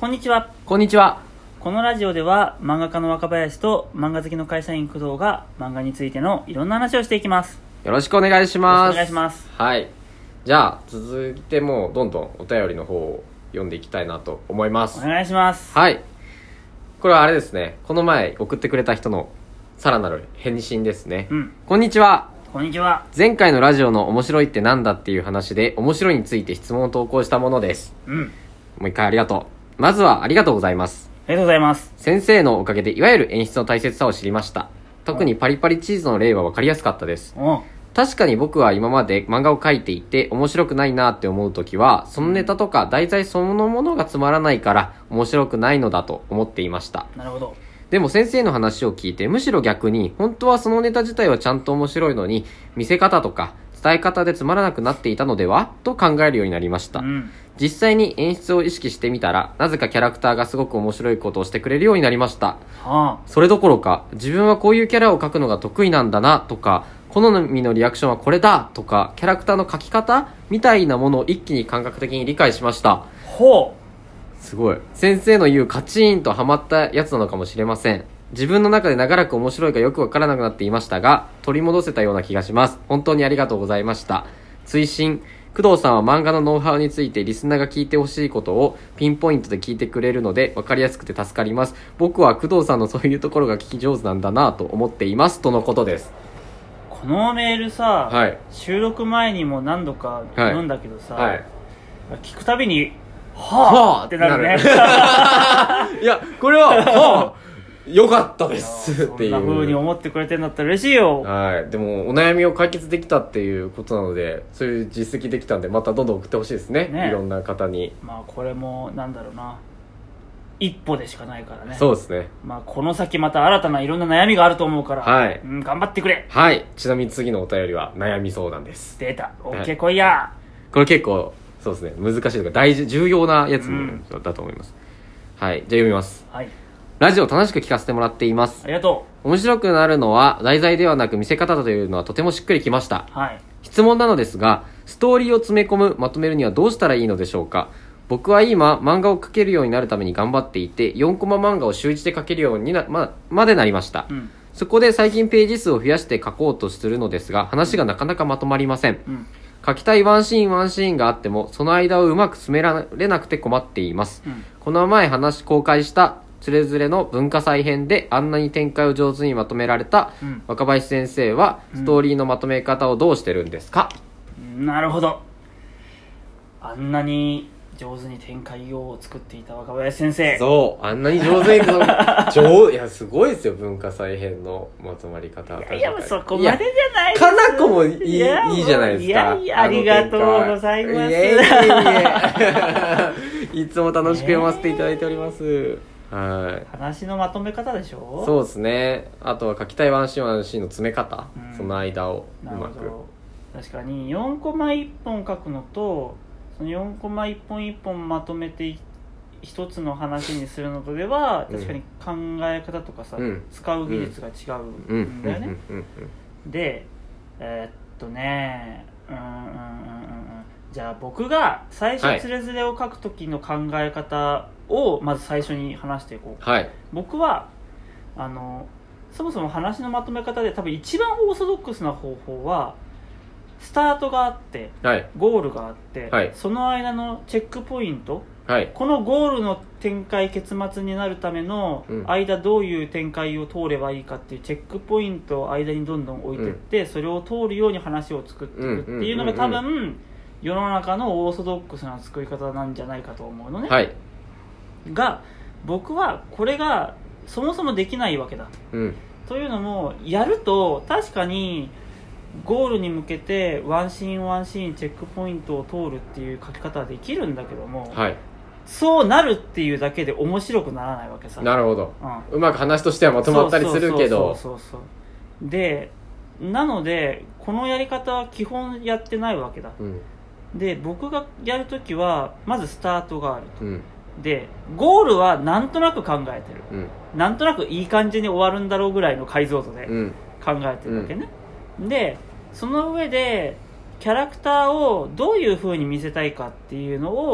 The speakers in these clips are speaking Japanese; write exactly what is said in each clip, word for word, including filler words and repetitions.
こんにちは。 こんにちは。 このラジオでは漫画家の若林と漫画好きの会社員工藤が漫画についてのいろんな話をしていきます。 よろしくお願いします。 よろしくお願いします。 はい。じゃあ続いてもうどんどんお便りの方を読んでいきたいなと思います。 お願いします。 はい。これはあれですね。この前送ってくれた人のさらなる返信ですね。 うん。 こんにちは。 こんにちは。 前回のラジオの面白いってなんだっていう話で面白いについて質問を投稿したものです。 うん。 もう一回ありがとう。まずはありがとうございます。 ありがとうございます。 先生のおかげでいわゆる演出の大切さを知りました。特にパリパリチーズの例は分かりやすかったです。 お確かに僕は今まで漫画を描いていて面白くないなって思うときは、そのネタとか題材そのものがつまらないから面白くないのだと思っていました。 なるほど。 でも先生の話を聞いて、むしろ逆に本当はそのネタ自体はちゃんと面白いのに、見せ方とか伝え方でつまらなくなっていたのではと考えるようになりました。 うん、 実際に演出を意識してみたら、なぜかキャラクターがすごく面白いことをしてくれるようになりました。 はあ、 それどころか、自分はこういうキャラを描くのが得意なんだなとか、好みのリアクションはこれだとか、キャラクターの描き方みたいなものを一気に感覚的に理解しました。 ほう。 すごい。先生の言うカチーンとハマったやつなのかもしれません。自分の中で長らく面白いかよくわからなくなっていましたが、取り戻せたような気がします。本当にありがとうございました。追伸、工藤さんは漫画のノウハウについてリスナーが聞いてほしいことをピンポイントで聞いてくれるので分かりやすくて助かります。僕は工藤さんのそういうところが聞き上手なんだなと思っています。とのことです。 このメールさ、 はい、 収録前にも何度か読んだけどさ、 はいはい、 聞くたびにはぁってなるね。 いや、これははぁよかったですっていう。 そんな風に思ってくれてんだったら嬉しいよ。 はい。でもお悩みを解決できたっていうことなので、そういう実績できたんで、またどんどん送ってほしいですね。ね、いろんな方に。 まあこれもなんだろうな、一歩でしかないからね。 そうですね。 まあこの先また新たないろんな悩みがあると思うから、 はい、 うん、頑張ってくれ。 はい。ちなみに次のお便りは悩み相談です。 出た。オッケー来いや。 これ結構そうですね、難しいとか大事重要なやつだと思います。うん、はい。じゃあ読みます。はい。ラジオ楽しく聞かせてもらっています。 ありがとう。面白くなるのは題材ではなく見せ方というのはとてもしっくりきました。 はい。 質問なのですが、ストーリーを詰め込む、まとめるにはどうしたらいいのでしょうか。僕は今漫画を描けるようになるために頑張っていて、よんコマ漫画を週いちで描けるようにな、ま、までなりました。うん、そこで最近ページ数を増やして描こうとするのですが、話がなかなかまとまりません。うん、描きたいワンシーンワンシーンがあっても、その間をうまく進められなくて困っています。うん、この前話公開したつれづれの文化祭編であんなに展開を上手にまとめられた若林先生は、ストーリーのまとめ方をどうしてるんですか？ うん、なるほど。あんなに上手に展開を作っていた若林先生。 そう、あんなに上手に上いやすごいですよ、文化祭編のまとまり方。 いやいや、そこまでじゃないです。 かなこもいい、いいじゃないですか。 いやいや、ありがとうございます。いやいやいやいつも楽しく読ませていただいております。はい、 話のまとめ方でしょ。 そうですね。あとは書きたいワンシーンワンシーンの詰め方、うん、その間をうまく。 確かによんコマいっぽん書くのと、そのよんコマいっぽんいっぽんまとめて一つの話にするのとでは、確かに考え方とかさ、うん、使う技術が違うんだよね。で、えー、っとねうんうんうんうんじゃあ僕が最初つれづれを書く時の考え方をまず最初に話していこう。 はい、 僕はあのそもそも話のまとめ方で多分一番オーソドックスな方法は、スタートがあって、はい、ゴールがあって、はい、その間のチェックポイント、はい、このゴールの展開結末になるための間、どういう展開を通ればいいかっていうチェックポイントを間にどんどん置いていって、うん、それを通るように話を作っていくっていうのが多分世の中のオーソドックスな作り方なんじゃないかと思うのね、はい、が僕はこれがそもそもできないわけだ、うん、というのもやると確かにゴールに向けてワンシーンワンシーンチェックポイントを通るっていう書き方はできるんだけども、はい、そうなるっていうだけで面白くならないわけさ。 なるほど、うん、うまく話としてはまとまったりするけど、 そうそうそうそうでなのでこのやり方は基本やってないわけだ、うん、で僕がやるときはまずスタートがあると、うん、でゴールはなんとなく考えてる、うん、なんとなくいい感じに終わるんだろうぐらいの解像度で考えてるわけね、うん、でその上でキャラクターをどういう風に見せたいかっていうのを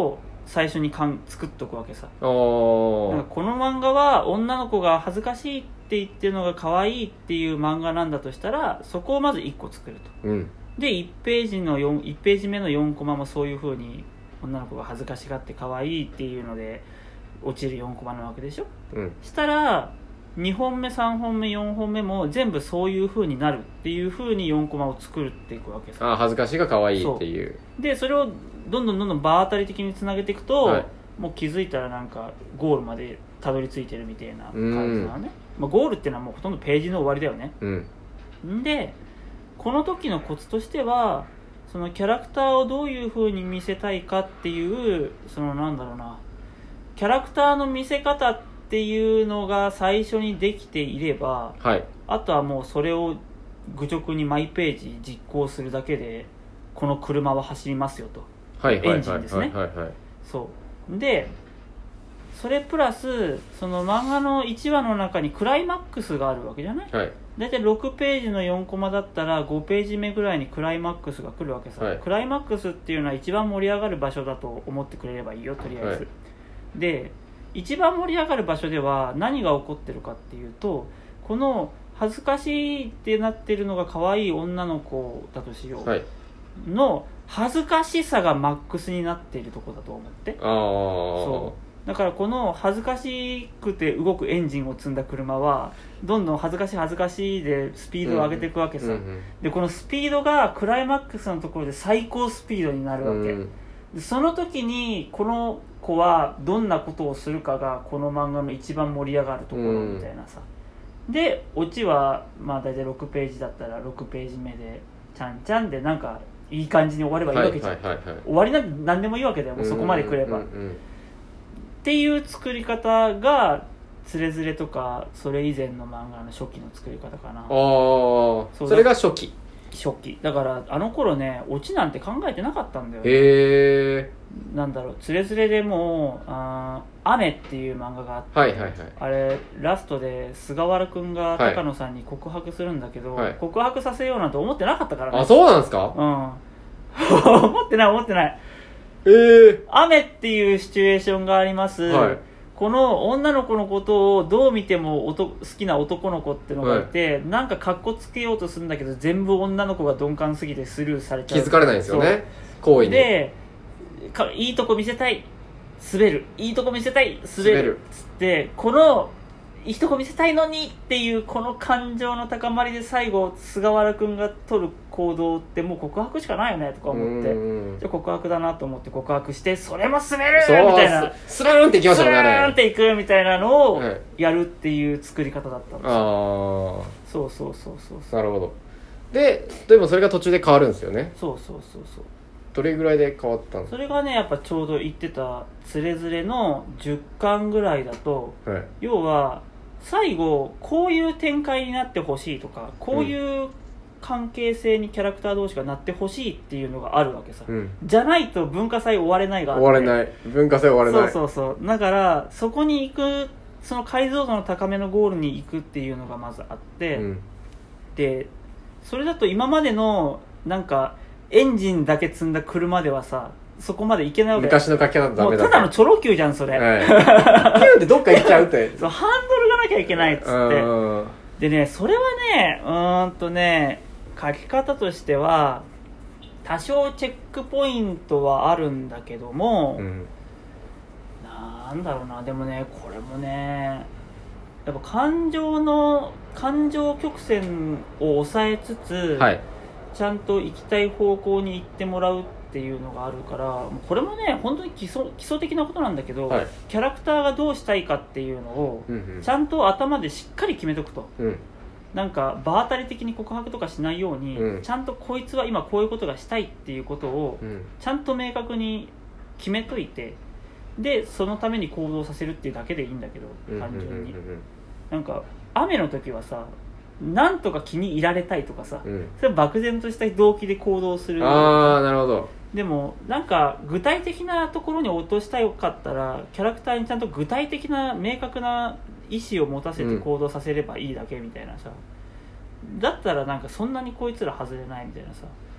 最初にかん作っとくわけさ。なんかこの漫画は女の子が恥ずかしいって言ってるのが可愛いっていう漫画なんだとしたら、そこをまずいっこ作ると、 うん、 でいちページのよん、いちページ目のよんコマもそういう風に女の子が恥ずかしがって可愛いっていうので落ちるよんコマなわけでしょ、うん、したらにほんめさんほんめよんほんめも全部そういう風になるっていう風によんコマを作っていくわけさ。 あ恥ずかしいが可愛いっていう。 でそれをどんどんどんどん場当たり的につなげていくと、はい、もう気づいたらなんかゴールまでたどり着いてるみたいな感じなのね、まあ、ゴールっていうのはもうほとんどページの終わりだよね、うん、でこの時のコツとしてはそのキャラクターをどういう風に見せたいかっていうそのなんだろうなキャラクターの見せ方っていうのが最初にできていれば、はい、あとはもうそれを愚直にマイページ実行するだけでこの車は走りますよと、はい、エンジンですね。そうでそれプラスその漫画のいちわの中にクライマックスがあるわけじゃない、はい、だいたいろくページのよんコマだったらごページ目ぐらいにクライマックスが来るわけさ、はい、クライマックスっていうのは一番盛り上がる場所だと思ってくれればいいよとりあえず、はい、で一番盛り上がる場所では何が起こってるかっていうとこの恥ずかしいってなってるのが可愛い女の子だとしよう、はい、の恥ずかしさがマックスになっているところだと思って。あそうだからこの恥ずかしくて動くエンジンを積んだ車はどんどん恥ずかしい恥ずかしいでスピードを上げていくわけさ、うんうん、でこのスピードがクライマックスのところで最高スピードになるわけ、うん、でその時にこの子はどんなことをするかがこの漫画の一番盛り上がるところみたいなさ、うん、でオチはまあ大体ろくページだったらろくページ目でちゃんちゃんでなんかいい感じに終わればいいわけじゃん、はいはいはいはい、終わりなんて何でもいいわけだよもうそこまで来れば、うんうんうん、っていう作り方がつれづれとかそれ以前の漫画の初期の作り方かな。あそれが初期初期だからあの頃ねオチなんて考えてなかったんだよね。 へえ。 なんだろうつれづれでもうあ雨っていう漫画があって、 はいはいはい、あれラストで菅原くんが高野さんに告白するんだけど、はい、告白させようなんて思ってなかったからね。 あそうなんですか。 うん思ってない思ってない。 えー、 雨っていうシチュエーションがあります、はい、この女の子のことをどう見ても好きな男の子ってのがいて、はい、なんかカッコつけようとするんだけど全部女の子が鈍感すぎてスルーされちゃう。 気づかれないんですよね行為に。 でかいいとこ見せたい滑るいいとこ見せたい滑るつってこのいいとこ見せたいのにっていうこの感情の高まりで最後菅原くんが取る行動ってもう告白しかないよねとか思ってじゃあ告白だなと思って告白してそれも滑るみたいなスラーンっていきましたね。 スラーンっていくみたいなのをやるっていう作り方だったんですよ、はい、そうそうそうそうそう。 なるほど。ででもそれが途中で変わるんですよね。 そうそうそうそう。 どれぐらいで変わったんですか。 それがねやっぱちょうど言ってたつれづれのじゅっかんぐらいだと、はい、要は最後こういう展開になってほしいとかこういう関係性にキャラクター同士がなってほしいっていうのがあるわけさ、うん、じゃないと文化祭終われないがあって終われない文化祭終われない。 そうそうそうだからそこに行くその解像度の高めのゴールに行くっていうのがまずあって、うん、でそれだと今までのなんかエンジンだけ積んだ車ではさそこまでいけないわけ。 昔の書き方だとダメだ。 もうただのチョロ Q じゃんそれ、 はい、キューってどっか行っちゃうってそうハンドルがなきゃいけないっつってでねそれはねうーんとね書き方としては多少チェックポイントはあるんだけども、うん、なんだろうなでもねこれもねやっぱ感情の感情曲線を抑えつつ、はい、ちゃんと行きたい方向に行ってもらうっていうのがあるからこれもね本当に基礎、基礎的なことなんだけど、はい、キャラクターがどうしたいかっていうのを、うんうん、ちゃんと頭でしっかり決めとくと、うん、なんか場当たり的に告白とかしないように、うん、ちゃんとこいつは今こういうことがしたいっていうことを、うん、ちゃんと明確に決めといてでそのために行動させるっていうだけでいいんだけど単純に、うんうんうんうん、なんか雨の時はさなんとか気に入られたいとかさ、うん、それは漠然とした動機で行動する。 あーなるほど。 でもなんか具体的なところに落としたいかったらキャラクターにちゃんと具体的な明確な意思を持たせて行動させればいいだけみたいなさ、うん、だったらなんかそんなにこいつら外れないみたいなさ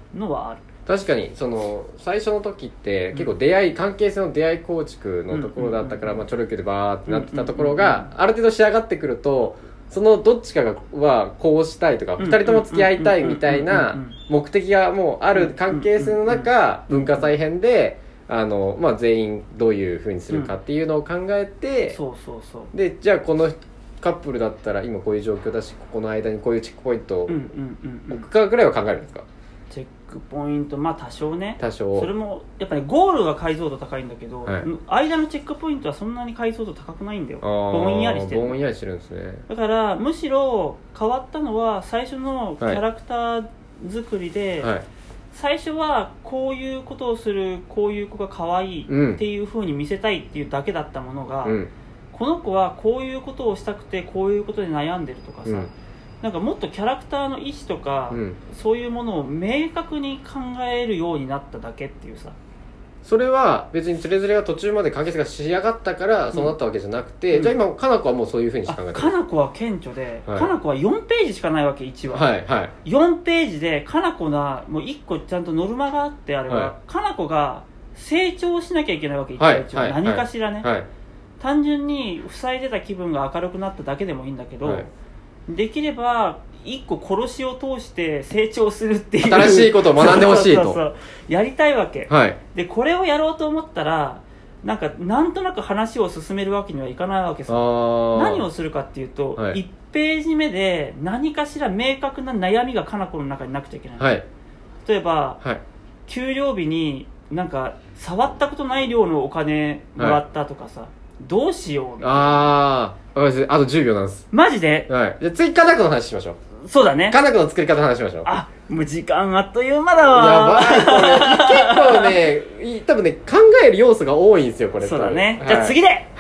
のはある。 確かにその最初の時って結構出会い、うん、関係性の出会い構築のところだったから、うんうんうん、まあ、チョロ Q でバーってなってたところがある程度仕上がってくるとそのどっちかがはこうしたいとかふたりとも付き合いたいみたいな目的がもうある関係性の中文化祭編であの、まあ、全員どういう風にするかっていうのを考えて、 うん、そうそうそう。 でじゃあこのカップルだったら今こういう状況だしここの間にこういうチェックポイントを置くかぐらいは考えるんですか？ チェックポイントまあ多少ね、 多少それもやっぱりゴールが解像度高いんだけど、はい、間のチェックポイントはそんなに解像度高くないんだよ。ぼんやりしてる。 ぼんやりしてるんですね。 だからむしろ変わったのは最初のキャラクター作りで、はいはい、最初はこういうことをするこういう子が可愛いっていう風に見せたいっていうだけだったものが、うん、この子はこういうことをしたくてこういうことで悩んでるとかさ、うん、なんかもっとキャラクターの意思とか、うん、そういうものを明確に考えるようになっただけっていうさ。 それは別につれづれが途中まで関係性が仕上がったからそうなったわけじゃなくて、うん、じゃあ今かな子はもうそういうふうにしか考えてる。 かな子は顕著で、はい、かな子はよんページしかないわけいちわ、 はいはい、 よんページでかな子がもういっこちゃんとノルマがあってあれは、はい、かな子が成長しなきゃいけないわけいちわいちわ、はい、何かしらね、はいはい、単純に塞いでた気分が明るくなっただけでもいいんだけど、はい、できれば一個殺しを通して成長するっていう新しいことを学んでほしいとそうそうそうやりたいわけ、 はい、 でこれをやろうと思ったらなんかなんとなく話を進めるわけにはいかないわけさ。何をするかっていうと、はい、いちページ目で何かしら明確な悩みがかな子の中になくちゃいけない、 はい、 例えば、はい、給料日になんか触ったことない量のお金もらったとかさ、はい、どうしようみたいな。 あーあとじゅうびょうなんです。 マジで、 はい、じゃあ次かな子の話しましょう。 そうだね。 かな子の作り方の話しましょう。 あ、もう時間あっという間だわ。 やばいこれ結構ね多分ね考える要素が多いんですよこれ。 そうだね、はい、じゃあ次で